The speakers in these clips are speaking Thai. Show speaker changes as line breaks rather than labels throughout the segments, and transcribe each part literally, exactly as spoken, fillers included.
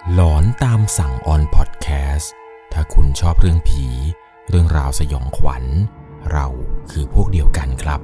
หลอนตามสั่งออนพอดแคสต์ถ้าคุณชอบเรื่องผีเรื่องราวสยองขวัญเราคือพวกเดียวกันครับ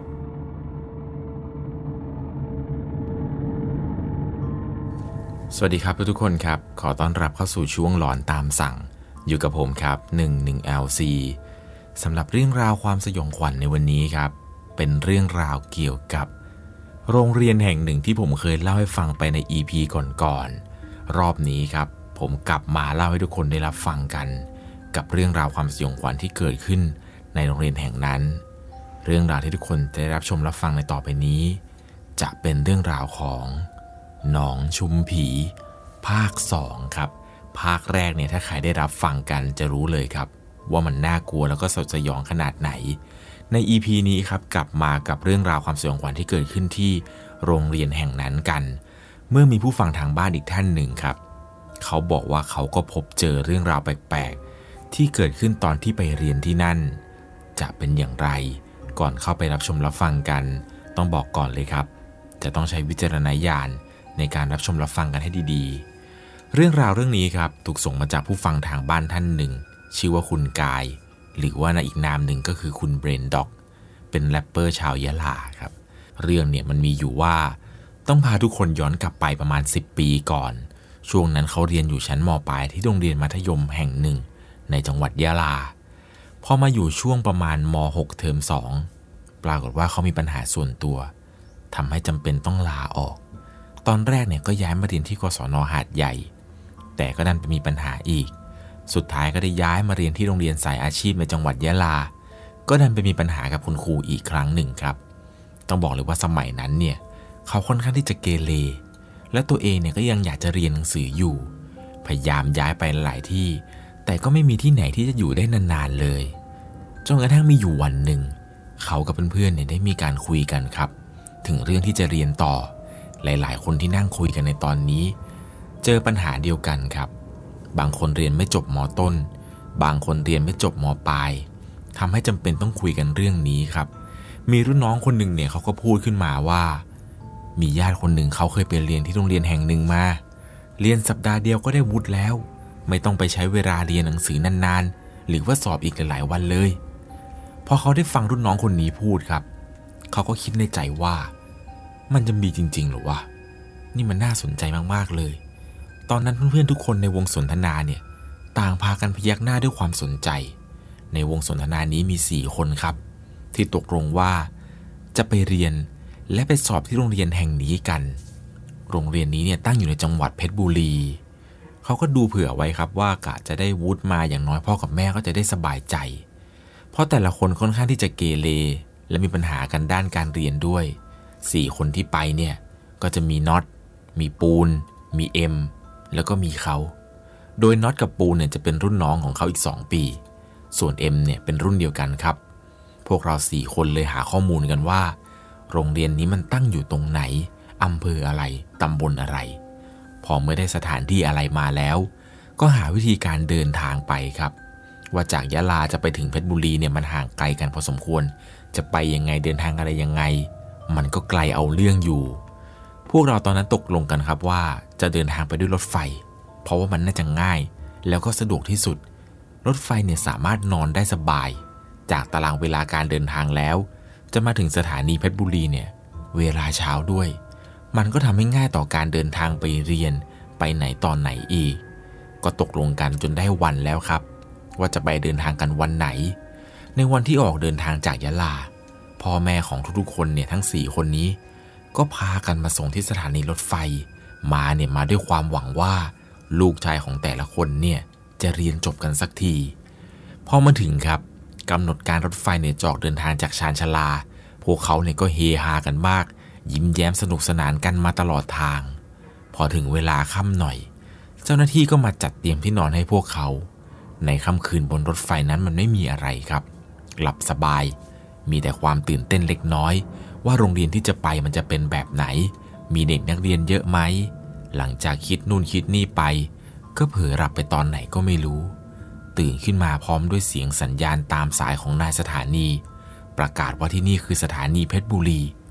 สวัสดีครับทุกคนครับขอต้อนรับเข้าสู่ช่วงหลอนตามสั่งอยู่กับผมครับหนึ่ง หนึ่ง แอล ซี สำหรับเรื่องราวความสยองขวัญในวันนี้ครับเป็นเรื่องราวเกี่ยวกับโรงเรียนแห่งหนึ่งที่ผมเคยเล่าให้ฟังไปใน อี พี ก่อนๆรอบนี้ครับผมกลับมาเล่าให้ทุกคนได้รับฟังกันกับเรื่องราวความสยองขวัญที่เกิดขึ้นในโรงเรียนแห่งนั้นเรื่องราวที่ทุกคนจะได้รับชมรับฟังในต่อไปนี้จะเป็นเรื่องราวของหนองชุมผีภาคสองครับภาคแรกเนี่ยถ้าใครได้รับฟังกันจะรู้เลยครับว่ามันน่ากลัวแล้วก็สยองขนาดไหนใน อี พี นี้ครับกลับมากับเรื่องราวความสยองขวัญที่เกิดขึ้นที่โรงเรียนแห่งนั้นกันเมื่อมีผู้ฟังทางบ้านอีกท่านหนึ่งครับเขาบอกว่าเขาก็พบเจอเรื่องราวแปลกๆที่เกิดขึ้นตอนที่ไปเรียนที่นั่นจะเป็นอย่างไรก่อนเข้าไปรับชมรับฟังกันต้องบอกก่อนเลยครับจะต้องใช้วิจารณญาณในการรับชมรับฟังกันให้ดีๆเรื่องราวเรื่องนี้ครับถูกส่งมาจากผู้ฟังทางบ้านท่านหนึ่งชื่อว่าคุณกายหรือว่าในอีกนามหนึ่งก็คือคุณเบรนด็อกเป็นแรปเปอร์ชาวยะลาครับเรื่องเนี่ยมันมีอยู่ว่าต้องพาทุกคนย้อนกลับไปประมาณสิบปีก่อนช่วงนั้นเขาเรียนอยู่ชั้นม.ปลายที่โรงเรียนมัธยมแห่งหนึ่งในจังหวัดยะลาพอมาอยู่ช่วงประมาณม.หก เทอมสองปรากฏว่าเขามีปัญหาส่วนตัวทำให้จำเป็นต้องลาออกตอนแรกเนี่ยก็ย้ายมาเรียนที่กศน.หาดใหญ่แต่ก็ดันไปมีปัญหาอีกสุดท้ายก็ได้ย้ายมาเรียนที่โรงเรียนสายอาชีพในจังหวัดยะลาก็ดันไปมีปัญหากับคุณครูอีกครั้งหนึ่งครับต้องบอกเลยว่าสมัยนั้นเนี่ยเขาค่อนข้างที่จะเกเรและตัวเองเนี่ยก็ยังอยากจะเรียนหนังสืออยู่พยายามย้ายไปหลายที่แต่ก็ไม่มีที่ไหนที่จะอยู่ได้นานๆเลยจนกระทั่งมีอยู่วันหนึ่งเขากับเพื่อนๆเนี่ยได้มีการคุยกันครับถึงเรื่องที่จะเรียนต่อหลายๆคนที่นั่งคุยกันในตอนนี้เจอปัญหาเดียวกันครับบางคนเรียนไม่จบม.ต้นบางคนเรียนไม่จบม.ปลายทำให้จำเป็นต้องคุยกันเรื่องนี้ครับมีรุ่นน้องคนหนึ่งเนี่ยเขาก็พูดขึ้นมาว่ามีญาติคนหนึ่งเขาเคยไปเรียนที่โรงเรียนแห่งหนึ่งมาเรียนสัปดาห์เดียวก็ได้วุฒิแล้วไม่ต้องไปใช้เวลาเรียนหนังสือนานๆหรือว่าสอบอีกหลายๆวันเลยพอเขาได้ฟังรุ่นน้องคนนี้พูดครับเขาก็คิดในใจว่ามันจะมีจริงๆหรอวะนี่มันน่าสนใจมากๆเลยตอนนั้นเพื่อนๆทุกคนในวงสนทนาเนี่ยต่างพากันพยักหน้าด้วยความสนใจในวงสนทนานี้มีสี่คนครับที่ตกลงว่าจะไปเรียนและไปสอบที่โรงเรียนแห่งนี้กันโรงเรียนนี้เนี่ยตั้งอยู่ในจังหวัดเพชรบุรีเขาก็ดูเผื่อไว้ครับว่ากะจะได้วุฒิมาอย่างน้อยพ่อกับแม่ก็จะได้สบายใจเพราะแต่ละคนค่อนข้างที่จะเกเรและมีปัญหากันด้านการเรียนด้วยสี่คนที่ไปเนี่ยก็จะมีน็อตมีปูนมีเอ็มแล้วก็มีเขาโดยน็อตกับปูนเนี่ยจะเป็นรุ่นน้องของเขาอีกสองปีส่วนเอ็มเนี่ยเป็นรุ่นเดียวกันครับพวกเราสี่คนเลยหาข้อมูลกันว่าโรงเรียนนี้มันตั้งอยู่ตรงไหนอำเภออะไรตำบลอะไรพอเมื่อได้สถานที่อะไรมาแล้วก็หาวิธีการเดินทางไปครับว่าจากยะลาจะไปถึงเพชรบุรีเนี่ยมันห่างไกลกันพอสมควรจะไปยังไงเดินทางอะไรยังไงมันก็ไกลเอาเรื่องอยู่พวกเราตอนนั้นตกลงกันครับว่าจะเดินทางไปด้วยรถไฟเพราะว่ามันน่าจะง่ายแล้วก็สะดวกที่สุดรถไฟเนี่ยสามารถนอนได้สบายจากตารางเวลาการเดินทางแล้วจะมาถึงสถานีเพชรบุรีเนี่ยเวลาเช้าด้วยมันก็ทำให้ง่ายต่อการเดินทางไปเรียนไปไหนตอนไหนอีกก็ตกลงกันจนได้วันแล้วครับว่าจะไปเดินทางกันวันไหนในวันที่ออกเดินทางจากยะลาพ่อแม่ของทุกๆคนเนี่ยทั้งสี่คนนี้ก็พากันมาส่งที่สถานีรถไฟมาเนี่ยมาด้วยความหวังว่าลูกชายของแต่ละคนเนี่ยจะเรียนจบกันสักทีพอมาถึงครับกำหนดการรถไฟเนี่ยจะออกเดินทางจากชานชาลาพวกเขาเนี่ยก็เฮฮากันมากยิ้มแย้มสนุกสนานกันมาตลอดทางพอถึงเวลาค่ำหน่อยเจ้าหน้าที่ก็มาจัดเตรียมที่นอนให้พวกเขาในค่ำคืนบนรถไฟนั้นมันไม่มีอะไรครับหลับสบายมีแต่ความตื่นเต้นเล็กน้อยว่าโรงเรียนที่จะไปมันจะเป็นแบบไหนมีเด็กนักเรียนเยอะไหมหลังจากคิดนู่นคิดนี่ไปก็เผลอหลับไปตอนไหนก็ไม่รู้ตื่นขึ้นมาพร้อมด้วยเสียงสัญญาณตามสายของนายสถานีประกาศว่าที่นี่คือสถานีเพชรบุรี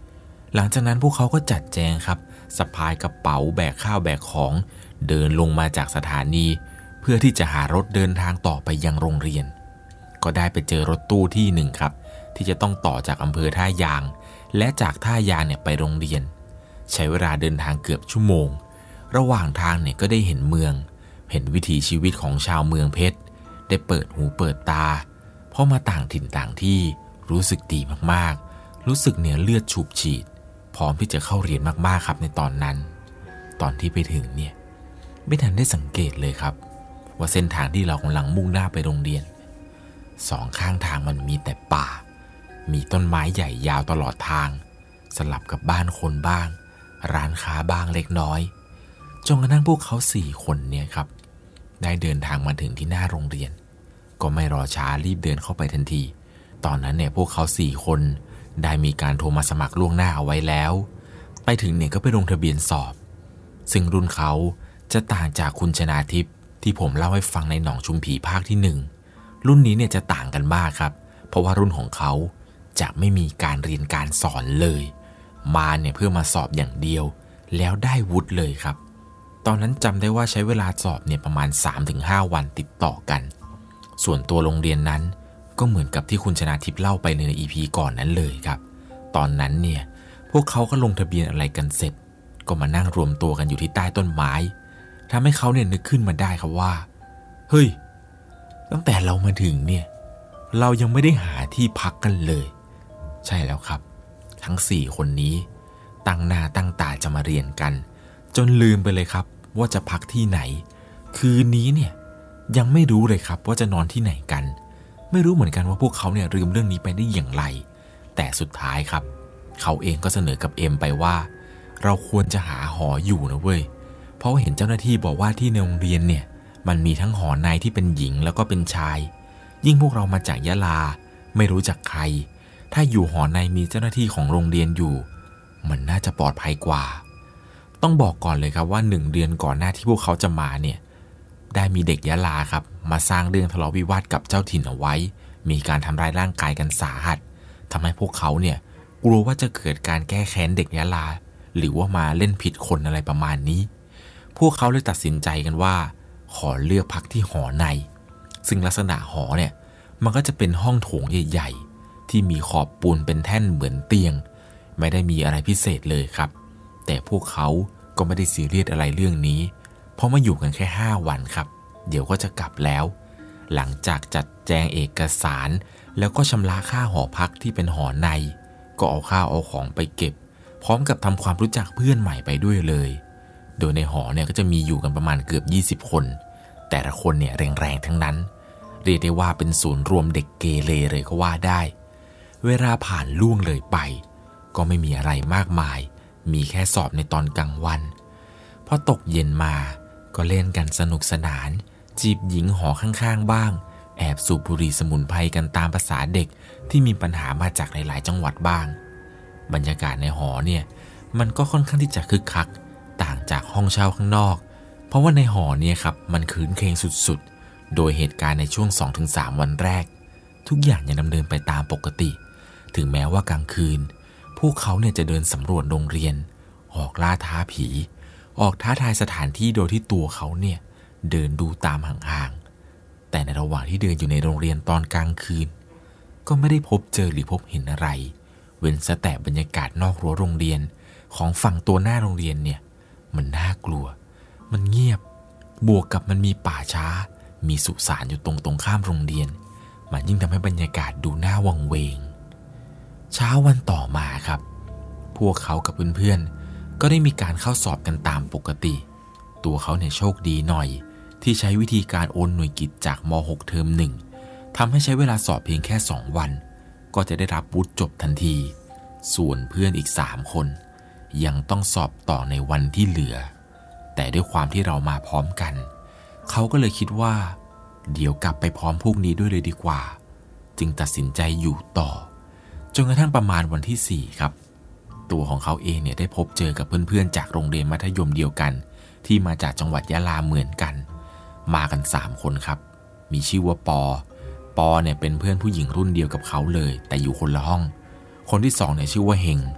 หลังจากนั้นพวกเขาก็จัดแจงครับสะพายกระเป๋าแบกข้าวแบกของเดินลงมาจากสถานีเพื่อที่จะหารถเดินทางต่อไปยังโรงเรียนก็ได้ไปเจอรถตู้ที่หนึ่งครับที่จะต้องต่อจากอำเภอท่ายางและจากท่ายางเนี่ยไปโรงเรียนใช้เวลาเดินทางเกือบชั่วโมงระหว่างทางเนี่ยก็ได้เห็นเมืองเห็นวิถีชีวิตของชาวเมืองเพชรได้เปิดหูเปิดตาเพราะมาต่างถิ่นต่างที่รู้สึกดีมากๆรู้สึกเนี่ยเลือดฉูบฉีดพร้อมที่จะเข้าเรียนมากๆครับในตอนนั้นตอนที่ไปถึงเนี่ยไม่ทันได้สังเกตเลยครับว่าเส้นทางที่เรากำลังมุ่งหน้าไปโรงเรียนสองข้างทางมันมีแต่ป่ามีต้นไม้ใหญ่ยาวตลอดทางสลับกับบ้านคนบ้างร้านค้าบ้างเล็กน้อยจนกระทั่งพวกเขาสี่คนเนี่ยครับได้เดินทางมาถึงที่หน้าโรงเรียนก็ไม่รอช้ารีบเดินเข้าไปทันทีตอนนั้นเนี่ยพวกเขาสี่คนได้มีการโทรมาสมัครล่วงหน้าเอาไว้แล้วไปถึงเนี่ยก็ไปลงทะเบียนสอบซึ่งรุ่นเขาจะต่างจากคุณชนาทิพย์ที่ผมเล่าให้ฟังในหนองชุมผีภาคที่หนึ่งรุ่นนี้เนี่ยจะต่างกันมากครับเพราะว่ารุ่นของเขาจะไม่มีการเรียนการสอนเลยมาเนี่ยเพื่อมาสอบอย่างเดียวแล้วได้วุฒิเลยครับตอนนั้นจำได้ว่าใช้เวลาสอบเนี่ยประมาณ สามถึงห้า วันติดต่อกันส่วนตัวโรงเรียนนั้นก็เหมือนกับที่คุณชนาทิพย์เล่าไปใน อี พี ก่อนนั้นเลยครับตอนนั้นเนี่ยพวกเขาก็ลงทะเบียนอะไรกันเสร็จก็มานั่งรวมตัวกันอยู่ที่ใต้ต้นไม้ทำให้เขาเนี่ยนึกขึ้นมาได้ครับว่าเฮ้ยตั้งแต่เรามาถึงเนี่ยเรายังไม่ได้หาที่พักกันเลยใช่แล้วครับทั้งสี่คนนี้ตั้งหน้าตั้งตาจะมาเรียนกันจนลืมไปเลยครับว่าจะพักที่ไหนคืนนี้เนี่ยยังไม่รู้เลยครับว่าจะนอนที่ไหนกันไม่รู้เหมือนกันว่าพวกเขาเนี่ยลืมเรื่องนี้ไปได้อย่างไรแต่สุดท้ายครับเขาเองก็เสนอกับเอ็มไปว่าเราควรจะหาหออยู่นะเว้ยเพราะเห็นเจ้าหน้าที่บอกว่าที่ในโรงเรียนเนี่ยมันมีทั้งหอในที่เป็นหญิงแล้วก็เป็นชายยิ่งพวกเรามาจากยะลาไม่รู้จักใครถ้าอยู่หอในมีเจ้าหน้าที่ของโรงเรียนอยู่มันน่าจะปลอดภัยกว่าต้องบอกก่อนเลยครับว่าหนึ่งเดือนก่อนหน้าที่พวกเขาจะมาเนี่ยได้มีเด็กยะลาครับมาสร้างเรื่องทะเลาะวิวาทกับเจ้าถิ่นเอาไว้มีการทำร้ายร่างกายกันสาหัสทำให้พวกเขาเนี่ยกลัวว่าจะเกิดการแก้แค้นเด็กยะลาหรือว่ามาเล่นผิดคนอะไรประมาณนี้พวกเขาเลยตัดสินใจกันว่าขอเลือกพักที่หอในซึ่งลักษณะหอเนี่ยมันก็จะเป็นห้องโถงใหญ่ๆที่มีขอบปูนเป็นแท่นเหมือนเตียงไม่ได้มีอะไรพิเศษเลยครับแต่พวกเขาก็ไม่ได้ซีเรียสอะไรเรื่องนี้เพราะมาอยู่กันแค่ห้าวันครับเดี๋ยวก็จะกลับแล้วหลังจากจัดแจงเอกสารแล้วก็ชำระค่าหอพักที่เป็นหอในก็เอาข้าวเอาของไปเก็บพร้อมกับทำความรู้จักเพื่อนใหม่ไปด้วยเลยโดยในหอเนี่ยก็จะมีอยู่กันประมาณเกือบยี่สิบคนแต่ละคนเนี่ยแรงๆทั้งนั้นเรียกได้ว่าเป็นศูนย์รวมเด็กเกเรเลยก็ว่าได้เวลาผ่านล่วงเลยไปก็ไม่มีอะไรมากมายมีแค่สอบในตอนกลางวันพอตกเย็นมาก็เล่นกันสนุกสนานจีบหญิงหอข้างๆบ้างแอบสูบบุหรี่สมุนไพรกันตามภาษาเด็กที่มีปัญหามาจากหลายๆจังหวัดบ้างบรรยากาศในหอเนี่ยมันก็ค่อนข้างที่จะคึกคักต่างจากห้องเช่าข้างนอกเพราะว่าในหอเนี่ยครับมันคืนเคงสุดๆโดยเหตุการณ์ในช่วง สองถึงสาม วันแรกทุกอย่างยังดำเนินไปตามปกติถึงแม้ว่ากลางคืนพวกเขาเนี่ยจะเดินสำรวจโรงเรียนออกล่าท้าผีออกท้าทายสถานที่โดยที่ตัวเขาเนี่ยเดินดูตามห่างๆแต่ในระหว่างที่เดินอยู่ในโรงเรียนตอนกลางคืนก็ไม่ได้พบเจอหรือพบเห็นอะไรเว้นแต่บรรยากาศนอกรั้วโรงเรียนของฝั่งตัวหน้าโรงเรียนเนี่ยมันน่ากลัวมันเงียบบวกกับมันมีป่าช้ามีสุสานอยู่ตรงตรงข้ามโรงเรียนมันยิ่งทำให้บรรยากาศดูน่าวังเวงเช้าวันต่อมาครับพวกเขากับเพื่อนๆก็ได้มีการเข้าสอบกันตามปกติตัวเขาเนี่ยโชคดีหน่อยที่ใช้วิธีการโอนหน่วยกิตจากม หก เทอมหนึ่งทำให้ใช้เวลาสอบเพียงแค่สองวันก็จะได้รับวุฒิจบทันทีส่วนเพื่อนอีกสามคนยังต้องสอบต่อในวันที่เหลือแต่ด้วยความที่เรามาพร้อมกันเขาก็เลยคิดว่าเดี๋ยวกลับไปพร้อมพวกนี้ด้วยเลยดีกว่าจึงตัดสินใจอยู่ต่อจนกระทั่งประมาณวันที่สี่ครับตัวของเขาเองเนี่ยได้พบเจอกับเพื่อนๆจากโรงเรียนมัธยมเดียวกันที่มาจากจังหวัดยะลาเหมือนกันมากันสามคนครับมีชื่อว่าปอปอเนี่ยเป็นเพื่อนผู้หญิงรุ่นเดียวกับเขาเลยแต่อยู่คนละห้องคนที่สองเนี่ยชื่อว่าเฮง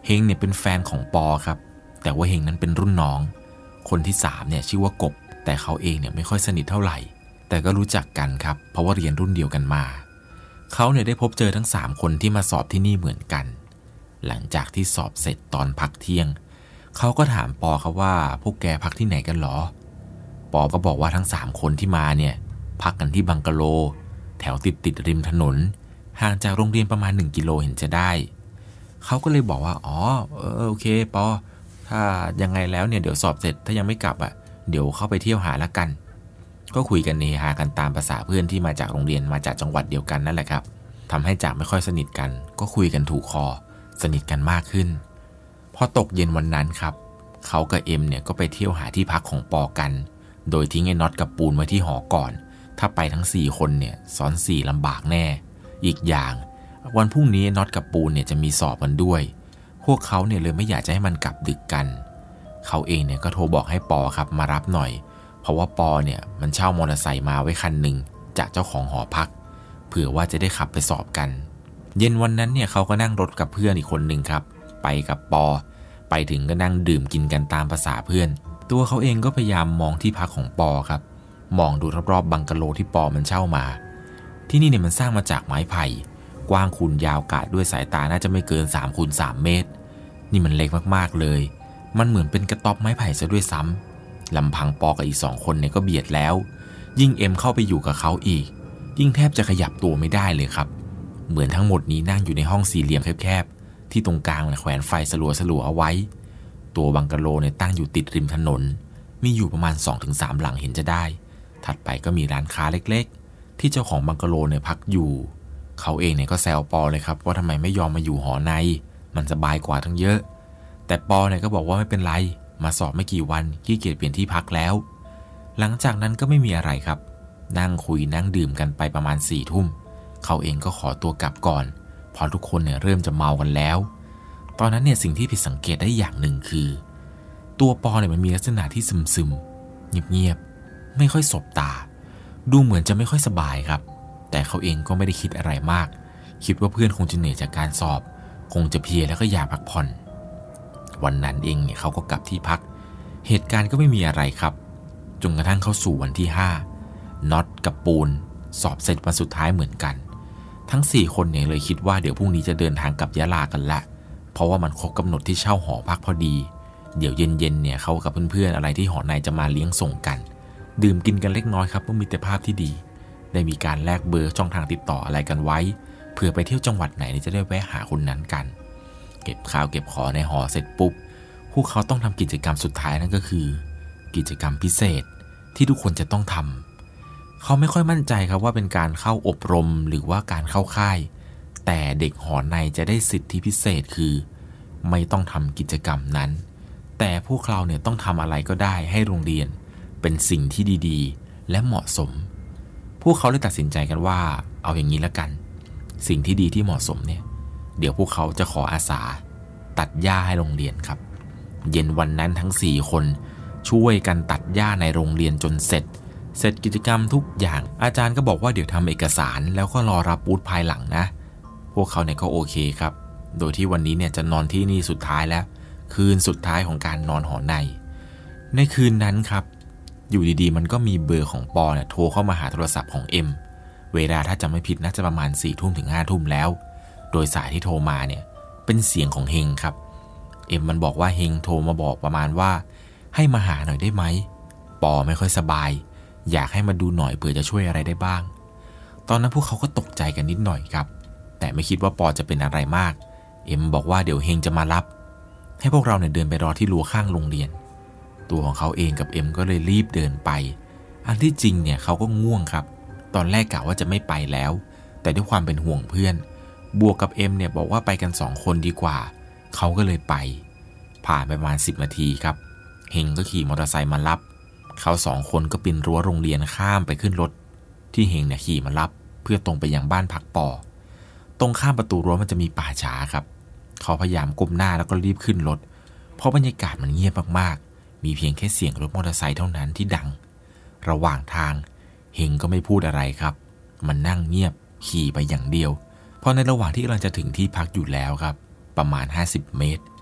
เฮงเนี่ยเป็นแฟนของปอครับแต่ว่าเฮงนั้นเป็นรุ่นน้องคนที่สามเนี่ยชื่อว่ากบแต่เขาเองเนี่ยไม่ค่อยสนิทเท่าไหร่แต่ก็รู้จักกันครับเพราะว่าเรียนรุ่นเดียวกันมาเขาเนี่ยได้พบเจอทั้งสามคนที่มาสอบที่นี่เหมือนกันหลังจากที่สอบเสร็จตอนพักเที่ยงเขาก็ถามปอครับว่าพวกแกพักที่ไหนกันหรอปอก็บอกว่าทั้งสามคนที่มาเนี่ยพักกันที่บังกะโลแถวติดติดริมถนนห่างจากโรงเรียนประมาณหนึ่งกิโลเห็นจะได้เขาก็เลยบอกว่าอ๋อเออโอเคปอถ้ายังไงแล้วเนี่ยเดี๋ยวสอบเสร็จถ้ายังไม่กลับอ่ะเดี๋ยวเข้าไปเที่ยวหาละกันก็คุยกันเฮฮากันตามภาษาเพื่อนที่มาจากโรงเรียนมาจากจังหวัดเดียวกันนั่นแหละครับทำให้จากไม่ค่อยสนิทกันก็คุยกันถูกคอสนิทกันมากขึ้นพอตกเย็นวันนั้นครับเขากับเอ็มเนี่ยก็ไปเที่ยวหาที่พักของปอกันโดยทิ้งไอ้น็อตกับปูนไว้ที่หอก่อนถ้าไปทั้งสี่คนเนี่ยซ้อนสี่ลำบากแน่อีกอย่างวันพรุ่งนี้น็อตกับปูนเนี่ยจะมีสอบกันด้วยพวกเขาเนี่ยเลยไม่อยากจะให้มันกลับดึกกันเขาเองเนี่ยก็โทรบอกให้ปอครับมารับหน่อยเพราะว่าปอเนี่ยมันเช่ามอเตอร์ไซค์มาไว้คันหนึ่งจากเจ้าของหอพักเผื่อว่าจะได้ขับไปสอบกันเย็นวันนั้นเนี่ยเขาก็นั่งรถกับเพื่อนอีกคนหนึ่งครับไปกับปอไปถึงก็นั่งดื่มกินกันตามภาษาเพื่อนตัวเขาเองก็พยายามมองที่พักของปอครับมองดูรอบๆบังกะโลที่ปอมันเช่ามาที่นี่เนี่ยมันสร้างมาจากไม้ไผ่กว้างคูณยาวกะด้วยสายตาน่าจะไม่เกินสามคูณสามเมตรนี่มันเล็กมากๆเลยมันเหมือนเป็นกระต๊อบไม้ไผ่ซะด้วยซ้ำลำพังปอกับอีกสองคนเนี่ยก็เบียดแล้วยิ่งเอ็มเข้าไปอยู่กับเขาอีกยิ่งแทบจะขยับตัวไม่ได้เลยครับเหมือนทั้งหมดนี้นั่งอยู่ในห้องสี่เหลี่ยมแคบๆที่ตรงกลางแขวนไฟสลัวๆเอาไว้ตัวบังกะโลเนี่ยตั้งอยู่ติดริมถนนมีอยู่ประมาณ สองถึงสาม หลังเห็นจะได้ถัดไปก็มีร้านค้าเล็กๆที่เจ้าของบังกะโลเนี่ยพักอยู่เขาเองเนี่ยก็แซวปอเลยครับว่าทำไมไม่ยอมมาอยู่หอในมันสบายกว่าทั้งเยอะแต่ปอเนี่ยก็บอกว่าไม่เป็นไรมาสอบไม่กี่วันขี้เกียจเปลี่ยนที่พักแล้วหลังจากนั้นก็ไม่มีอะไรครับนั่งคุยนั่งดื่มกันไปประมาณสี่ทุ่มเขาเองก็ขอตัวกลับก่อนพอทุกคนเนี่ยเริ่มจะเมากันแล้วตอนนั้นเนี่ยสิ่งที่ผิดสังเกตได้อย่างหนึ่งคือตัวปอเนี่ยมันมีลักษณะที่ซึมๆเงียบๆไม่ค่อยสบตาดูเหมือนจะไม่ค่อยสบายครับแต่เขาเองก็ไม่ได้คิดอะไรมากคิดว่าเพื่อนคงจะเหนื่อยจากการสอบคงจะเพลียแล้วก็อยากพักผ่อนวันนั้นเองเนี่ยเขาก็กลับที่พักเหตุการณ์ก็ไม่มีอะไรครับจนกระทั่งเข้าสู่วันที่ห้าน็อตกับปูนสอบเสร็จวันสุดท้ายเหมือนกันทั้งสี่คนเนี่ยเลยคิดว่าเดี๋ยวพรุ่งนี้จะเดินทางกลับยะลากันละเพราะว่ามันครบกำหนดที่เช่าหอพักพอดีเดี๋ยวเย็นๆเนี่ยเขากับเพื่อนๆอะไรที่หอในจะมาเลี้ยงส่งกันดื่มกินกันเล็กน้อยครับเพื่อมิตรภาพที่ดีได้มีการแลกเบอร์ช่องทางติดต่ออะไรกันไว้เผื่อไปเที่ยวจังหวัดไหนจะได้แวะหาคนนั้นกันเก็บข้าวเก็บของในหอเสร็จปุ๊บพวกเขาต้องทำกิจกรรมสุดท้ายนั่นก็คือกิจกรรมพิเศษที่ทุกคนจะต้องทำเขาไม่ค่อยมั่นใจครับว่าเป็นการเข้าอบรมหรือว่าการเข้าค่ายแต่เด็กหอในจะได้สิทธิพิเศษคือไม่ต้องทำกิจกรรมนั้นแต่พวกเราเนี่ยต้องทำอะไรก็ได้ให้โรงเรียนเป็นสิ่งที่ดีๆและเหมาะสมพวกเขาเลยตัดสินใจกันว่าเอาอย่างนี้ละกันสิ่งที่ดีที่เหมาะสมเนี่ยเดี๋ยวพวกเขาจะขออาสาตัดหญ้าให้โรงเรียนครับเย็นวันนั้นทั้งสี่คนช่วยกันตัดหญ้าในโรงเรียนจนเสร็จเสร็จกิจกรรมทุกอย่างอาจารย์ก็บอกว่าเดี๋ยวทำเอกสารแล้วก็รอรับบูธภายหลังนะพวกเขาเนี่ยก็โอเคครับโดยที่วันนี้เนี่ยจะนอนที่นี่สุดท้ายแล้วคืนสุดท้ายของการนอนหอในในคืนนั้นครับอยู่ดีๆมันก็มีเบอร์ของปอเนี่ยโทรเข้ามาหาโทรศัพท์ของเอ็มเวลาถ้าจำไม่ผิดน่าจะประมาณสี่ทุ่มถึงห้าทุ่มแล้วโดยสายที่โทรมาเนี่ยเป็นเสียงของเฮงครับเอ็มมันบอกว่าเฮงโทรมาบอกประมาณว่าให้มาหาหน่อยได้ไหมปอไม่ค่อยสบายอยากให้มาดูหน่อยเผื่อจะช่วยอะไรได้บ้างตอนนั้นพวกเขาก็ตกใจกันนิดหน่อยครับแต่ไม่คิดว่าปอจะเป็นอะไรมากเอ็มบอกว่าเดี๋ยวเฮงจะมารับให้พวกเราเนี่ยเดินไปรอที่รั้วข้างโรงเรียนตัวของเขาเองกับเอ็มก็เลยรีบเดินไปอันที่จริงเนี่ยเขาก็ง่วงครับตอนแรกกะว่าจะไม่ไปแล้วแต่ด้วยความเป็นห่วงเพื่อนบวกกับเอ็มเนี่ยบอกว่าไปกันสองคนดีกว่าเขาก็เลยไปผ่านไปประมาณสิบนาทีครับเฮงก็ขี่มอเตอร์ไซค์มารับเขาสองคนก็ปีนรั้วโรงเรียนข้ามไปขึ้นรถที่เฮงเนี่ยขี่มารับเพื่อตรงไปยังบ้านพักปอตรงข้ามประตูรั้วมันจะมีป่าช้าครับเขาพยายามก้มหน้าแล้วก็รีบขึ้นรถเพราะบรรยากาศมันเงียบมากๆมีเพียงแค่เสียงรถมอเตอร์ไซค์เท่านั้นที่ดังระหว่างทางเฮงก็ไม่พูดอะไรครับมันนั่งเงียบขี่ไปอย่างเดียวพอในระหว่างที่กำลังจะถึงที่พักอยู่แล้วครับประมาณห้าสิบเมตร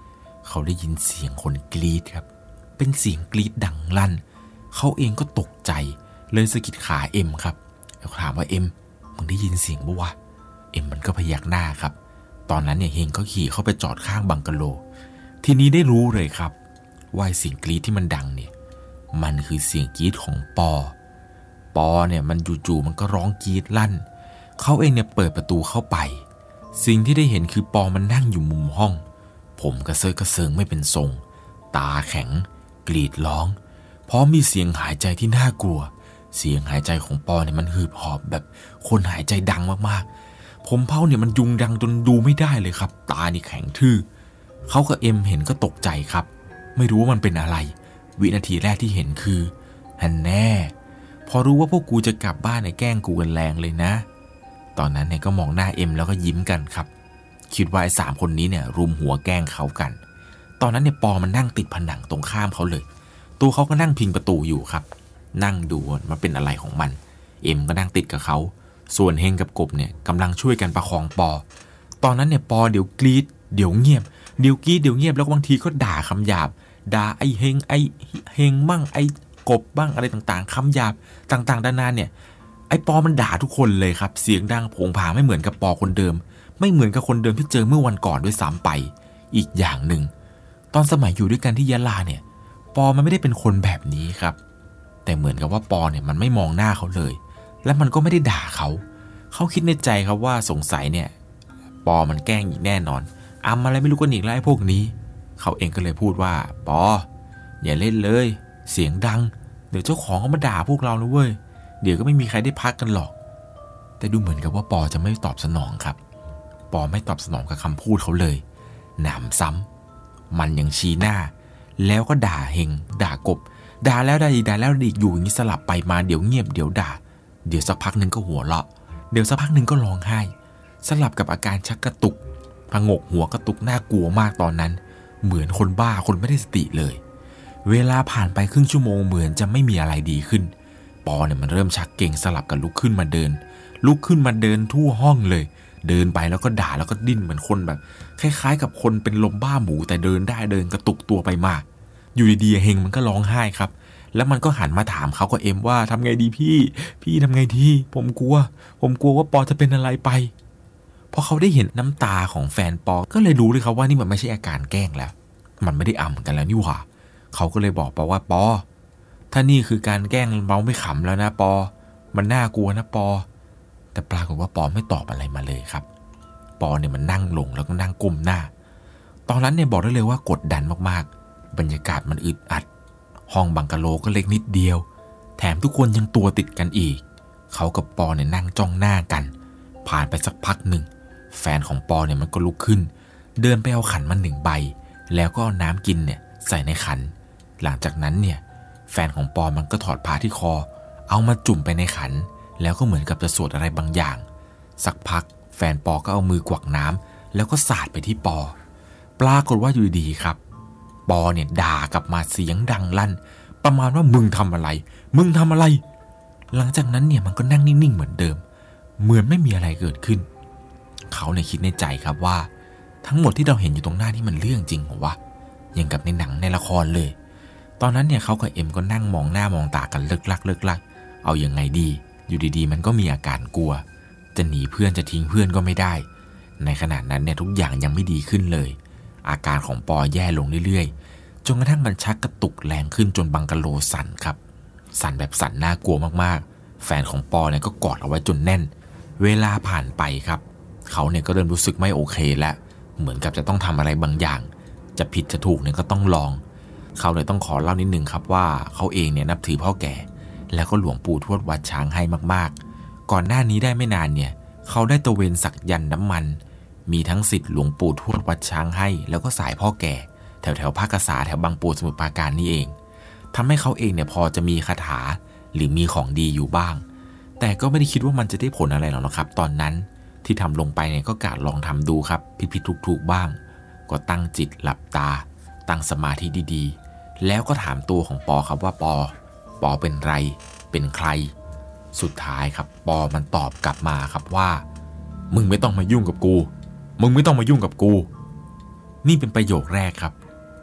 เขาได้ยินเสียงคนกรีดครับเป็นเสียงกรีดดังลั่นเขาเองก็ตกใจเลยสะกิดขาเอ็มครับแล้วถามว่าเอ็มมึงได้ยินเสียงปะวะเอ็มมันก็พยักหน้าครับตอนนั้นเนี่ยเฮงก็ขี่เข้าไปจอดข้างบังกะโลทีนี้ได้รู้เลยครับว่าเสียงกรีดที่มันดังเนี่ยมันคือเสียงกรีดของปอปอเนี่ยมันจู่ๆมันก็ร้องกรีดลั่นเขาเองเนี่ยเปิดประตูเข้าไปสิ่งที่ได้เห็นคือปอมันนั่งอยู่มุมห้องผมกระเซาะกระเซิงไม่เป็นทรงตาแข็งกรีดร้องพร้อมมีเสียงหายใจที่น่ากลัวเสียงหายใจของปอเนี่ยมันหืดหอบแบบคนหายใจดังมากๆผมเผาเนี่ยมันยุงดังจนดูไม่ได้เลยครับตานี่แข็งทื่อเขากับเอ็มเห็นก็ตกใจครับไม่รู้ว่ามันเป็นอะไรวินาทีแรกที่เห็นคือฮันแน่พอรู้ว่าพวกกูจะกลับบ้านเนี่ยแกล้งกูกันแรงเลยนะตอนนั้นเนี่ยก็มองหน้าเอ็มแล้วก็ยิ้มกันครับคิดว่าไอ้สามคนนี้เนี่ยรุมหัวแกล้งเขากันตอนนั้นเนี่ยปอมันนั่งติดผนังตรงข้ามเขาเลยตัวเขาก็นั่งพิงประตูอยู่ครับนั่งดูมันเป็นอะไรของมันเอ็มก็นั่งติดกับเขาส่วนเฮงกับกบเนี่ยกำลังช่วยกันประคองปอตอนนั้นเนี่ยปอเดี๋ยวกรีดเดี๋ยวเงียบเดี๋ยวกรีดเดี๋ยวเงียบแล้วบางทีก็ด่าคำหยาบด่าไอ้เฮงไอ้เฮงมั่งไอ้กบบ้างอะไรต่างๆคำหยาบต่างๆด้านหน้าเนี่ยไอ้ปอมันด่าทุกคนเลยครับเสียงดังโผงผางไม่เหมือนกับปอคนเดิมไม่เหมือนกับคนเดิมที่เจอเมื่อวันก่อนด้วยซ้ำไปอีกอย่างหนึ่งตอนสมัยอยู่ด้วยกันที่ยะลาเนี่ยปอมันไม่ได้เป็นคนแบบนี้ครับแต่เหมือนกับว่าปอเนี่ยมันไม่มองหน้าเขาเลยและมันก็ไม่ได้ด่าเขาเขาคิดในใจครับว่าสงสัยเนี่ยปอมันแกล้งอีกแน่นอนอำอะไรไม่รู้กันอีกแล้วไอ้พวกนี้เขาเองก็เลยพูดว่าปออย่าเล่นเลยเสียงดังเดี๋ยวเจ้าของเขามาด่าพวกเรานะเว้ยเดี๋ยวก็ไม่มีใครได้พักกันหรอกแต่ดูเหมือนกับว่าปอจะไม่ตอบสนองครับปอไม่ตอบสนองกับคำพูดเขาเลยหนำซ้ำมันยังชี้หน้าแล้วก็ด่าเฮงด่ากบด่าแล้วด่าอีกด่าแล้วอีกอยู่อย่างนี้สลับไปมาเดี๋ยวเงียบเดี๋ยวด่าเดี๋ยวสักพักหนึ่งก็หัวเราะเดี๋ยวสักพักหนึ่งก็ร้องไห้สลับกับอาการชักกระตุกผงกหัวกระตุกน่ากลัวมากตอนนั้นเหมือนคนบ้าคนไม่ได้สติเลยเวลาผ่านไปครึ่งชั่วโมงเหมือนจะไม่มีอะไรดีขึ้นปอเนี่ยมันเริ่มชักเก่งสลับกับลุกขึ้นมาเดินลุกขึ้นมาเดินทั่วห้องเลยเดินไปแล้วก็ด่าแล้วก็ดิ้นเหมือนคนแบบคล้ายๆกับคนเป็นลมบ้าหมูแต่เดินได้เดินกระตุกตัวไปมาอยู่ดีๆเฮงมันก็ร้องไห้ครับแล้วมันก็หันมาถามเขากับเอ็มว่าทำไงดีพี่พี่ทำไงดีผมกลัวผมกลัวว่าปอจะเป็นอะไรไปพอเขาได้เห็นน้ำตาของแฟนปอก็เลยรู้เลยครับว่านี่มันไม่ใช่อาการแกล้งแล้วมันไม่ได้อำกันแล้วนี่หว่าเขาก็เลยบอกปอว่าปอถ้านี่คือการแกล้งเราไม่ขำแล้วนะปอมันน่ากลัวนะปอแต่ปรากฏว่าปอไม่ตอบอะไรมาเลยครับปอเนี่ยมันนั่งลงแล้วก็นั่งก้มหน้าตอนนั้นเนี่ยบอกได้เลยว่ากดดันมากๆบรรยากาศมันอึดอัดห้องบังกะโลก็เล็กนิดเดียวแถมทุกคนยังตัวติดกันอีกเขากับปอเนี่ยนั่งจ้องหน้ากันผ่านไปสักพักหนึ่งแฟนของปอเนี่ยมันก็ลุกขึ้นเดินไปเอาขันมาหนึ่งใบแล้วก็เอาน้ำกินเนี่ยใส่ในขันหลังจากนั้นเนี่ยแฟนของปอมันก็ถอดผ้าที่คอเอามาจุ่มไปในขันแล้วก็เหมือนกับจะสวดอะไรบางอย่างสักพักแฟนปอก็เอามือกวักน้ำแล้วก็สาดไปที่ปอปรากฏว่าอยู่ดีครับปอเนี่ยด่ากลับมาเสียงดังลั่นประมาณว่ามึงทำอะไรมึงทำอะไรหลังจากนั้นเนี่ยมันก็นั่งนิ่งๆเหมือนเดิมเหมือนไม่มีอะไรเกิดขึ้นเขาเนี่ยคิดในใจครับว่าทั้งหมดที่เราเห็นอยู่ตรงหน้านี่มันเรื่องจริงเหรอวะอย่างกับในหนังในละครเลยตอนนั้นเนี่ยเขากับเอ็มก็นั่งมองหน้ามองตากันเลิกลักเลิกลักเอายังไงดีอยู่ดีๆมันก็มีอาการกลัวจะหนีเพื่อนจะทิ้งเพื่อนก็ไม่ได้ในขณะนั้นเนี่ยทุกอย่างยังไม่ดีขึ้นเลยอาการของปอแย่ลงเรื่อยๆจนกระทั่งมันชักกระตุกแรงขึ้นจนบังกะโลสั่นครับสั่นแบบสั่นน่ากลัวมากๆแฟนของปอเนี่ยก็กอดเอาไว้จนแน่นเวลาผ่านไปครับเขาเนี่ยก็เริ่มรู้สึกไม่โอเคแล้วเหมือนกับจะต้องทำอะไรบางอย่างจะผิดจะถูกเนี่ยก็ต้องลองเขาเลยต้องขอเล่านิดนึงครับว่าเขาเองเนี่ยนับถือพ่อแก่แล้วก็หลวงปู่ทวดวัดช้างให้มากๆก่อนหน้านี้ได้ไม่นานเนี่ยเขาได้ตระเวนสักยันต์น้ำมันมีทั้งศิษย์หลวงปู่ทวดวัดช้างให้แล้วก็สายพ่อแก่แถวแถวภาคกษาแถวบางปูสมุทรปราการนี่เองทำให้เขาเองเนี่ยพอจะมีคาถาหรือมีของดีอยู่บ้างแต่ก็ไม่ได้คิดว่ามันจะได้ผลอะไรหรอกนะครับตอนนั้นที่ทำลงไปเนี่ยก็กะลองทำดูครับผิดๆถูกๆบ้างก็ตั้งจิตหลับตาตั้งสมาธิดีๆแล้วก็ถามตัวของปอครับว่าปอปอเป็นไรเป็นใครสุดท้ายครับปอมันตอบกลับมาครับว่ามึงไม่ต้องมายุ่งกับกูมึงไม่ต้องมายุ่งกับกูนี่เป็นประโยคแรกครับ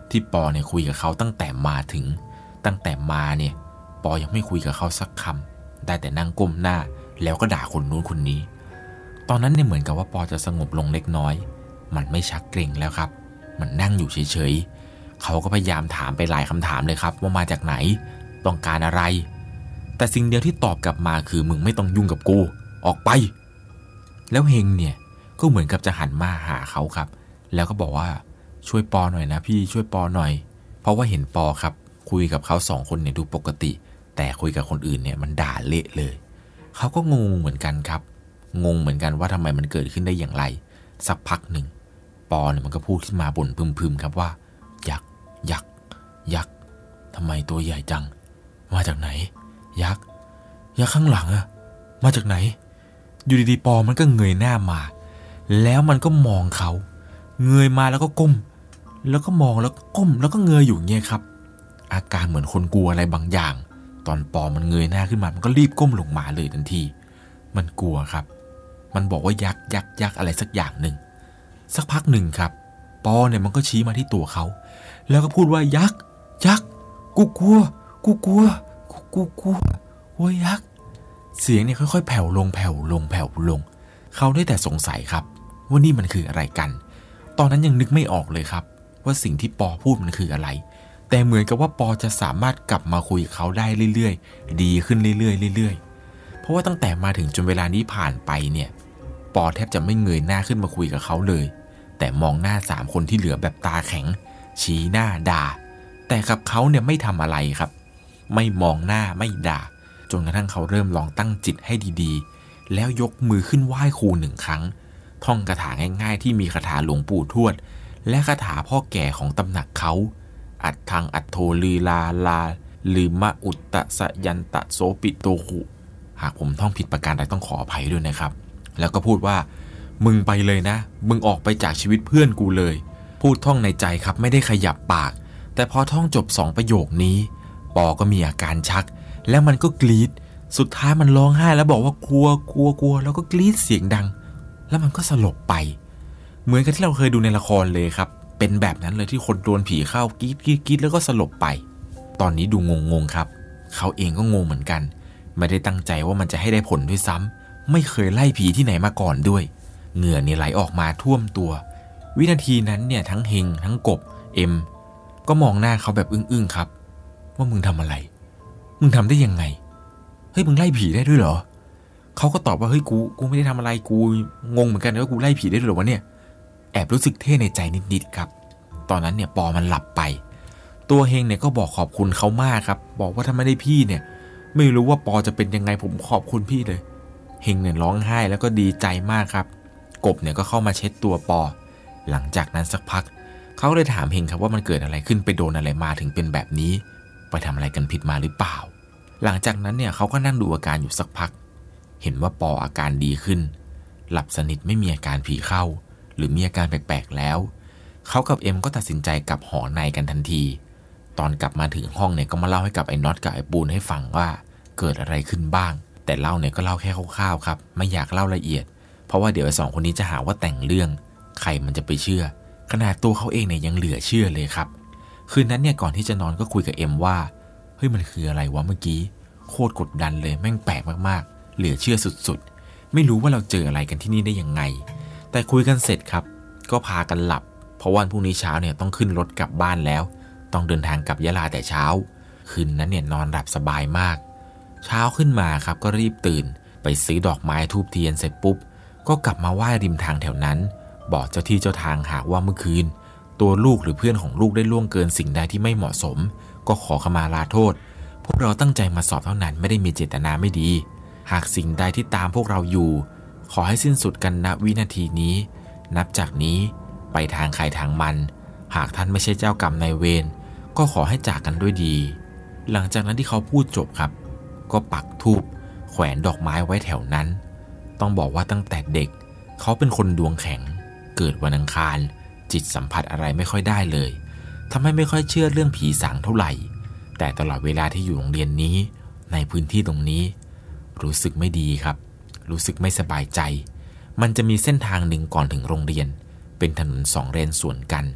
ที่ปอเนี่ยคุยกับเขาตั้งแต่มาถึงตั้งแต่มาเนี่ยปอยังไม่คุยกับเขาสักคำได้แต่นั่งก้มหน้าแล้วก็ด่าคนนู้นคนนี้ตอนนั้นเนี่ยเหมือนกับว่าปอจะสงบลงเล็กน้อยมันไม่ชักเกร็งแล้วครับมันนั่งอยู่เฉยๆเขาก็พยายามถามไปหลายคำถามเลยครับว่ามาจากไหนต้องการอะไรแต่สิ่งเดียวที่ตอบกลับมาคือมึงไม่ต้องยุ่งกับกูออกไปแล้วเฮงเนี่ยก็เหมือนกับจะหันมาหาเขาครับแล้วก็บอกว่าช่วยปอหน่อยนะพี่ช่วยปอหน่อยเพราะว่าเห็นปอครับคุยกับเขาสองคนเนี่ยดูปกติแต่คุยกับคนอื่นเนี่ยมันด่าเละเลยเขาก็งงเหมือนกันครับงงเหมือนกันว่าทำไมมันเกิดขึ้นได้อย่างไรสักพักหนึ่งปอเนี่ยมันก็พูดขึ้นมาบ่นพึมๆครับว่ายักษ์ยักษ์ยักษ์ทำไมตัวใหญ่จังมาจากไหนยักษ์ยักษ์ข้างหลังอะมาจากไหนอยู่ดีๆปอมันก็เงยหน้ามาแล้วมันก็มองเขาเงยมาแล้วก็ก้มแล้วก็มองแล้วก็ก้มแล้วก็เงยอยู่เงี้ยครับอาการเหมือนคนกลัวอะไรบางอย่างตอนปอมันเงยหน้าขึ้นมามันก็รีบก้มลงมาเลยทันทีมันกลัวครับมันบอกว่ายักษ์ยักษ์ยักษ์อะไรสักอย่างหนึ่งสักพักหนึ่งครับปอเนี่ยมันก็ชี้มาที่ตัวเขาแล้วก็พูดว่ายักษ์ยักษ์กูกลัวกูกลัวกูกูกลัวโอ้ยยักษ์เสียงเนี่ยค่อยๆแผ่วลงแผ่วลงแผ่วลงเขาได้แต่สงสัยครับว่านี่มันคืออะไรกันตอนนั้นยังนึกไม่ออกเลยครับว่าสิ่งที่ปอพูดมันคืออะไรแต่เหมือนกับว่าปอจะสามารถกลับมาคุยกับเขาได้เรื่อยๆดีขึ้นเรื่อยๆเรื่อยๆเพราะว่าตั้งแต่มาถึงจนเวลานี้ผ่านไปเนี่ยปอแทบจะไม่เงยหน้าขึ้นมาคุยกับเขาเลยแต่มองหน้าสามคนที่เหลือแบบตาแข็งชี้หน้าด่าแต่กับเขาเนี่ยไม่ทำอะไรครับไม่มองหน้าไม่ด่าจนกระทั่งเขาเริ่มลองตั้งจิตให้ดีๆแล้วยกมือขึ้นไหว้ครูหนึ่งครั้งท่องคาถาง่ายๆที่มีคาถาหลวงปู่ทวดและคาถาพ่อแก่ของตำหนักเขาอัตถังอัตโทลีลาลาลืมะอุตตะสยันตะโสปิโตหุหากผมท่องผิดประการใดต้องขออภัยด้วยนะครับแล้วก็พูดว่ามึงไปเลยนะมึงออกไปจากชีวิตเพื่อนกูเลยพูดท่องในใจครับไม่ได้ขยับปากแต่พอท่องจบสองประโยคนี้ปอก็มีอาการชักแล้วมันก็กรีดสุดท้ายมันร้องไห้แล้วบอกว่ากลัวกลัวกลัวแล้วก็กรีดเสียงดังแล้วมันก็สลบไปเหมือนกับที่เราเคยดูในละครเลยครับเป็นแบบนั้นเลยที่คนโดนผีเข้ากรีดกรีดกรีดแล้วก็สลบไปตอนนี้ดูงงๆครับเขาเองก็งงเหมือนกันไม่ได้ตั้งใจว่ามันจะให้ได้ผลด้วยซ้ำไม่เคยไล่ผีที่ไหนมาก่อนด้วยเหงื่อเนี่ยไหลออกมาท่วมตัววินาทีนั้นเนี่ยทั้งเฮงทั้งกบเอ็มก็มองหน้าเขาแบบอึ้งๆครับว่ามึงทำอะไรมึงทำได้ยังไงเฮ้ยมึงไล่ผีได้ด้วยเหรอเขาก็ตอบว่าเฮ้ยกูกูไม่ได้ทำอะไรกูงงเหมือนกันว่ากูไล่ผีได้ด้วยเหรอวะเนี่ยแอบรู้สึกเท่ในใจนิดๆครับตอนนั้นเนี่ยปอมันหลับไปตัวเฮงเนี่ยก็บอกขอบคุณเขามากครับบอกว่าถ้าไม่ได้พี่เนี่ยไม่รู้ว่าปอจะเป็นยังไงผมขอบคุณพี่เลยเฮงเนี่ยร้องไห้แล้วก็ดีใจมากครับกบเนี่ยก็เข้ามาเช็ดตัวปอหลังจากนั้นสักพักเขาเลยถามเฮงครับว่ามันเกิดอะไรขึ้นไปโดนอะไรมาถึงเป็นแบบนี้ไปทำอะไรกันผิดมาหรือเปล่าหลังจากนั้นเนี่ยเขาก็นั่งดูอาการอยู่สักพักเห็นว่าปออาการดีขึ้นหลับสนิทไม่มีอาการผีเข้าหรือมีอาการแปลกๆแล้วเขากับเอ็มก็ตัดสินใจกลับหอในกันทันทีตอนกลับมาถึงห้องเนี่ยก็มาเล่าให้กับไอ้น็อตกับไอ้ปูนให้ฟังว่าเกิดอะไรขึ้นบ้างแต่เล่าเนี่ยก็เล่าแค่คร่าวๆครับไม่อยากเล่าละเอียดเพราะว่าเดี๋ยวไอ้สองคนนี้จะหาว่าแต่งเรื่องใครมันจะไปเชื่อขนาดตัวเขาเองเนี่ยยังเหลือเชื่อเลยครับคืนนั้นเนี่ยก่อนที่จะนอนก็คุยกับเอ็มว่าเฮ้ยมันคืออะไรวะเมื่อกี้โคตรกดดันเลยแม่งแปลกมากๆเหลือเชื่อสุดๆไม่รู้ว่าเราเจออะไรกันที่นี่ได้ยังไงแต่คุยกันเสร็จครับก็พากันหลับเพราะวันพรุ่งนี้เช้าเนี่ยต้องขึ้นรถกลับบ้านแล้วต้องเดินทางกลับยะลาแต่เช้าคืนนั้นเนี่ยนอนหลับสบายมากเช้าขึ้นมาครับก็รีบตื่นไปซื้อดอกไม้ธูปเทียนเสร็จปุ๊บก็กลับมาไหว้ริมทางแถวนั้นบอกเจ้าที่เจ้าทางหากว่าเมื่อคืนตัวลูกหรือเพื่อนของลูกได้ล่วงเกินสิ่งใดที่ไม่เหมาะสมก็ขอขมาลาโทษพวกเราตั้งใจมาสอบเท่านั้นไม่ได้มีเจตนาไม่ดีหากสิ่งใดที่ตามพวกเราอยู่ขอให้สิ้นสุดกันณวินาทีนี้นับจากนี้ไปทางใครทางมันหากท่านไม่ใช่เจ้ากรรมนายเวรก็ขอให้จากกันด้วยดีหลังจากนั้นที่เขาพูดจบครับก็ปักธูปแขวนดอกไม้ไว้แถวนั้นต้องบอกว่าตั้งแต่เด็กเขาเป็นคนดวงแข็งเกิดวันอังคารจิตสัมผัสอะไรไม่ค่อยได้เลยทำให้ไม่ค่อยเชื่อเรื่องผีสางเท่าไหร่แต่ตลอดเวลาที่อยู่โรงเรียนนี้ในพื้นที่ตรงนี้รู้สึกไม่ดีครับรู้สึกไม่สบายใจมันจะมีเส้นทางหนึ่งก่อนถึงโรงเรียนเป็นถนนสองเลนสวนกัน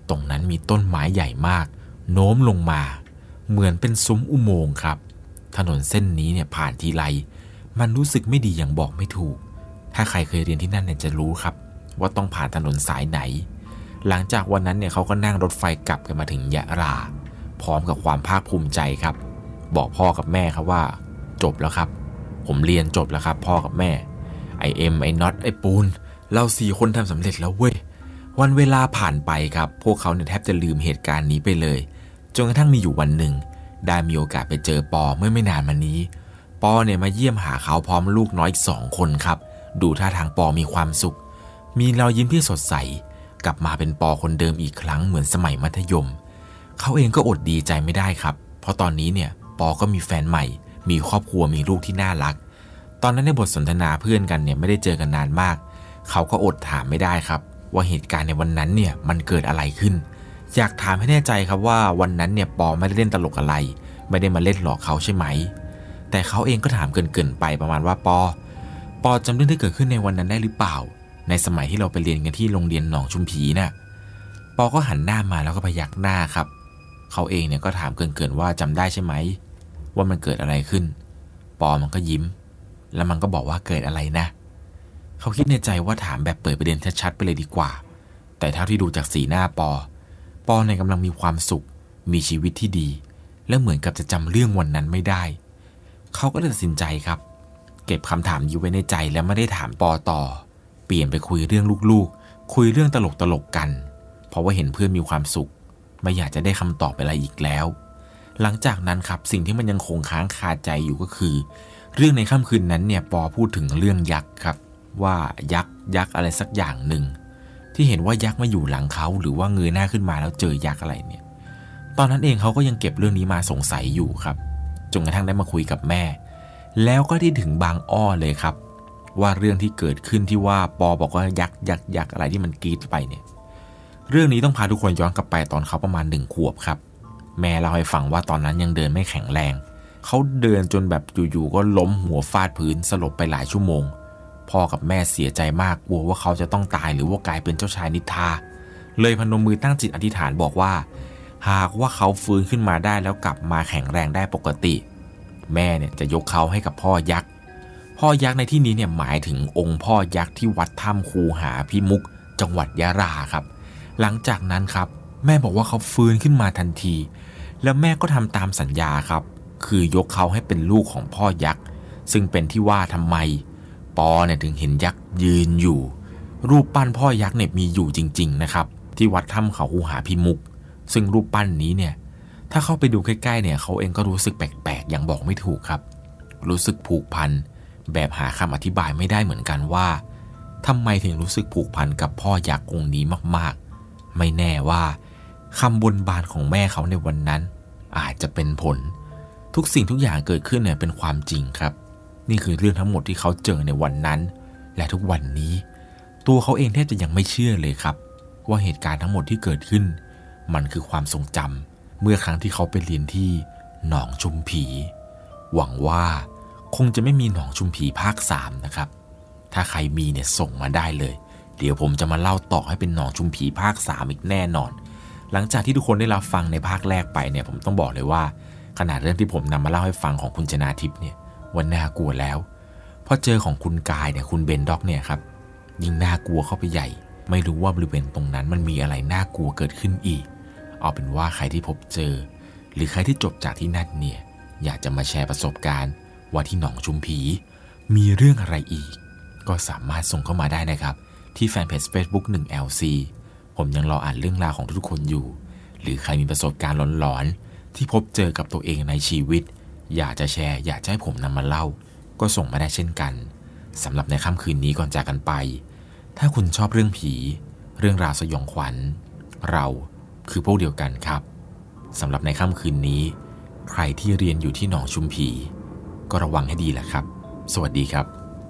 ตรงนั้นมีต้นไม้ใหญ่มากโน้มลงมาเหมือนเป็นซุ้มอุโมงค์ครับถนนเส้นนี้เนี่ยผ่านทีไรมันรู้สึกไม่ดีอย่างบอกไม่ถูกถ้าใครเคยเรียนที่นั่นเนี่ยจะรู้ครับว่าต้องผ่านถนนสายไหนหลังจากวันนั้นเนี่ยเขาก็นั่งรถไฟกลับกันมาถึงยะลาพร้อมกับความภาคภูมิใจครับบอกพ่อกับแม่ครับว่าจบแล้วครับผมเรียนจบแล้วครับพ่อกับแม่ไอเอ็มไอน็อตไอปูนเราสี่คนทำสำเร็จแล้วเว้ยวันเวลาผ่านไปครับพวกเขาเนี่ยแทบจะลืมเหตุการณ์นี้ไปเลยจนกระทั่งมีอยู่วันหนึ่งได้มีโอกาสไปเจอปอเมื่อไม่นานมานี้ปอเนี่ยมาเยี่ยมหาเขาพร้อมลูกน้อยอีกสองคนครับดูท่าทางปอมีความสุขมีรอยยิ้มที่สดใสกลับมาเป็นปอคนเดิมอีกครั้งเหมือนสมัยมัธยมเขาเองก็อดดีใจไม่ได้ครับเพราะตอนนี้เนี่ยปอก็มีแฟนใหม่มีครอบครัวมีลูกที่น่ารักตอนนั้นในบทสนทนาเพื่อนกันเนี่ยไม่ได้เจอกันนานมากเขาก็อดถามไม่ได้ครับว่าเหตุการณ์ในวันนั้นเนี่ยมันเกิดอะไรขึ้นอยากถามให้แน่ใจครับว่าวันนั้นเนี่ยปอไม่ได้เล่นตลกอะไรไม่ได้มาเล่นหลอกเขาใช่ไหมแต่เขาเองก็ถามเกินๆไปประมาณว่าปอปอจำเรื่องที่เกิดขึ้นในวันนั้นได้หรือเปล่าในสมัยที่เราไปเรียนกันที่โรงเรียนหนองชุมผีน่ะปอก็หันหน้ามาแล้วก็พยักหน้าครับเขาเองเนี่ยก็ถามเกินๆว่าจำได้ใช่ไหมว่ามันเกิดอะไรขึ้นปอมันก็ยิ้มแล้วมันก็บอกว่าเกิดอะไรนะเขาคิดในใจว่าถามแบบเปิดประเด็นชัดๆไปเลยดีกว่าแต่เท่าที่ดูจากสีหน้าปอปอเนี่ยกำลังมีความสุขมีชีวิตที่ดีและเหมือนกับจะจำเรื่องวันนั้นไม่ได้เขาก็เลยตัดสินใจครับเก็บคำถามอยู่ไว้ในใจแล้วไม่ได้ถามปอต่อเปลี่ยนไปคุยเรื่องลูกๆคุยเรื่องตลกๆกันเพราะว่าเห็นเพื่อนมีความสุขไม่อยากจะได้คำตอบอะไรอีกแล้วหลังจากนั้นครับสิ่งที่มันยังคงค้างคาใจอยู่ก็คือเรื่องในค่ำคืนนั้นเนี่ยปอพูดถึงเรื่องยักษ์ครับว่ายักษ์ยักษ์อะไรสักอย่างหนึ่งที่เห็นว่ายักษ์มาอยู่หลังเขาหรือว่าเงยหน้าขึ้นมาแล้วเจอยักษ์อะไรเนี่ยตอนนั้นเองเขาก็ยังเก็บเรื่องนี้มาสงสัยอยู่ครับจนกระทั่งได้มาคุยกับแม่แล้วก็ได้ถึงบางอ้อเลยครับว่าเรื่องที่เกิดขึ้นที่ว่าปอบอกว่ายักษ์ยักษ์ยักษ์อะไรที่มันกรีดไปเนี่ยเรื่องนี้ต้องพาทุกคนย้อนกลับไปตอนเขาประมาณหนึ่งขวบครับแม่เล่าให้ฟังว่าตอนนั้นยังเดินไม่แข็งแรงเขาเดินจนแบบอยู่ๆก็ล้มหัวฟาดพื้นสลบไปหลายชั่วโมงพ่อกับแม่เสียใจมากกลัวว่าเขาจะต้องตายหรือว่ากลายเป็นเจ้าชายนิทราเลยพนมมือตั้งจิตอธิษฐานบอกว่าหากว่าเขาฟื้นขึ้นมาได้แล้วกลับมาแข็งแรงได้ปกติแม่เนี่ยจะยกเขาให้กับพ่อยักษ์พ่อยักษ์ในที่นี้เนี่ยหมายถึงองค์พ่อยักษ์ที่วัดถ้ำคูหาพิมุกจังหวัดยะลาครับหลังจากนั้นครับแม่บอกว่าเขาฟื้นขึ้นมาทันทีแล้วแม่ก็ทำตามสัญญาครับคือยกเขาให้เป็นลูกของพ่อยักษ์ซึ่งเป็นที่ว่าทำไมปอเนี่ยถึงเห็นยักษ์ยืนอยู่รูปปั้นพ่อยักษ์เนี่ยมีอยู่จริงๆนะครับที่วัดถ้ำเขาคูหาพิมุกซึ่งรูปปั้นนี้เนี่ยถ้าเข้าไปดูใกล้ๆเนี่ยเขาเองก็รู้สึกแปลกๆอย่างบอกไม่ถูกครับรู้สึกผูกพันแบบหาคำอธิบายไม่ได้เหมือนกันว่าทำไมถึงรู้สึกผูกพันกับพ่อยักษ์องค์นี้มากๆไม่แน่ว่าคำบนบานของแม่เขาในวันนั้นอาจจะเป็นผลทุกสิ่งทุกอย่างเกิดขึ้นเนี่ยเป็นความจริงครับนี่คือเรื่องทั้งหมดที่เขาเจอในวันนั้นและทุกวันนี้ตัวเขาเองแทบจะยังไม่เชื่อเลยครับว่าเหตุการณ์ทั้งหมดที่เกิดขึ้นมันคือความทรงจำเมื่อครั้งที่เขาไปเรียนที่หนองชุมผีหวังว่าคงจะไม่มีหนองชุมผีภาคสามนะครับถ้าใครมีเนี่ยส่งมาได้เลยเดี๋ยวผมจะมาเล่าต่อให้เป็นหนองชุมผีภาคสามอีกแน่นอนหลังจากที่ทุกคนได้รับฟังในภาคแรกไปเนี่ยผมต้องบอกเลยว่าขนาดเรื่องที่ผมนำมาเล่าให้ฟังของคุณชนาทิพย์เนี่ยวันน่ากลัวแล้วพอเจอของคุณกายเนี่ยคุณเบนด็อกเนี่ยครับยิ่งน่ากลัวเข้าไปใหญ่ไม่รู้ว่าบริเวณตรงนั้นมันมีอะไรน่ากลัวเกิดขึ้นอีกเอาเป็นว่าใครที่พบเจอหรือใครที่จบจากที่นั่นเนี่ยอยากจะมาแชร์ประสบการณ์ว่าที่หนองชุมผีมีเรื่องอะไรอีกก็สามารถส่งเข้ามาได้นะครับที่แฟนเพจ Facebook หนึ่ง แอล ซี ผมยังรออ่านเรื่องราวของทุกคนอยู่หรือใครมีประสบการณ์หลอนๆที่พบเจอกับตัวเองในชีวิตอยากจะแชร์อยากจะให้ผมนำมาเล่าก็ส่งมาได้เช่นกันสำหรับในค่ำคืนนี้ก่อนจากกันไปถ้าคุณชอบเรื่องผีเรื่องราวสยองขวัญเราคือพวกเดียวกันครับสำหรับในค่ำคืนนี้ใครที่เรียนอยู่ที่หนองชุมผีก็ระวังให้ดีแหละครับสวัสดีครับ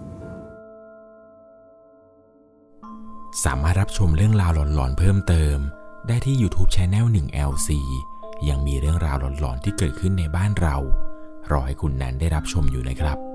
สามารถรับชมเรื่องราวหลอนๆเพิ่มเติมได้ที่ YouTube Channel หนึ่ง แอล ซี ยังมีเรื่องราวหลอนๆที่เกิดขึ้นในบ้านเรารอให้คุณนั้นได้รับชมอยู่นะครับ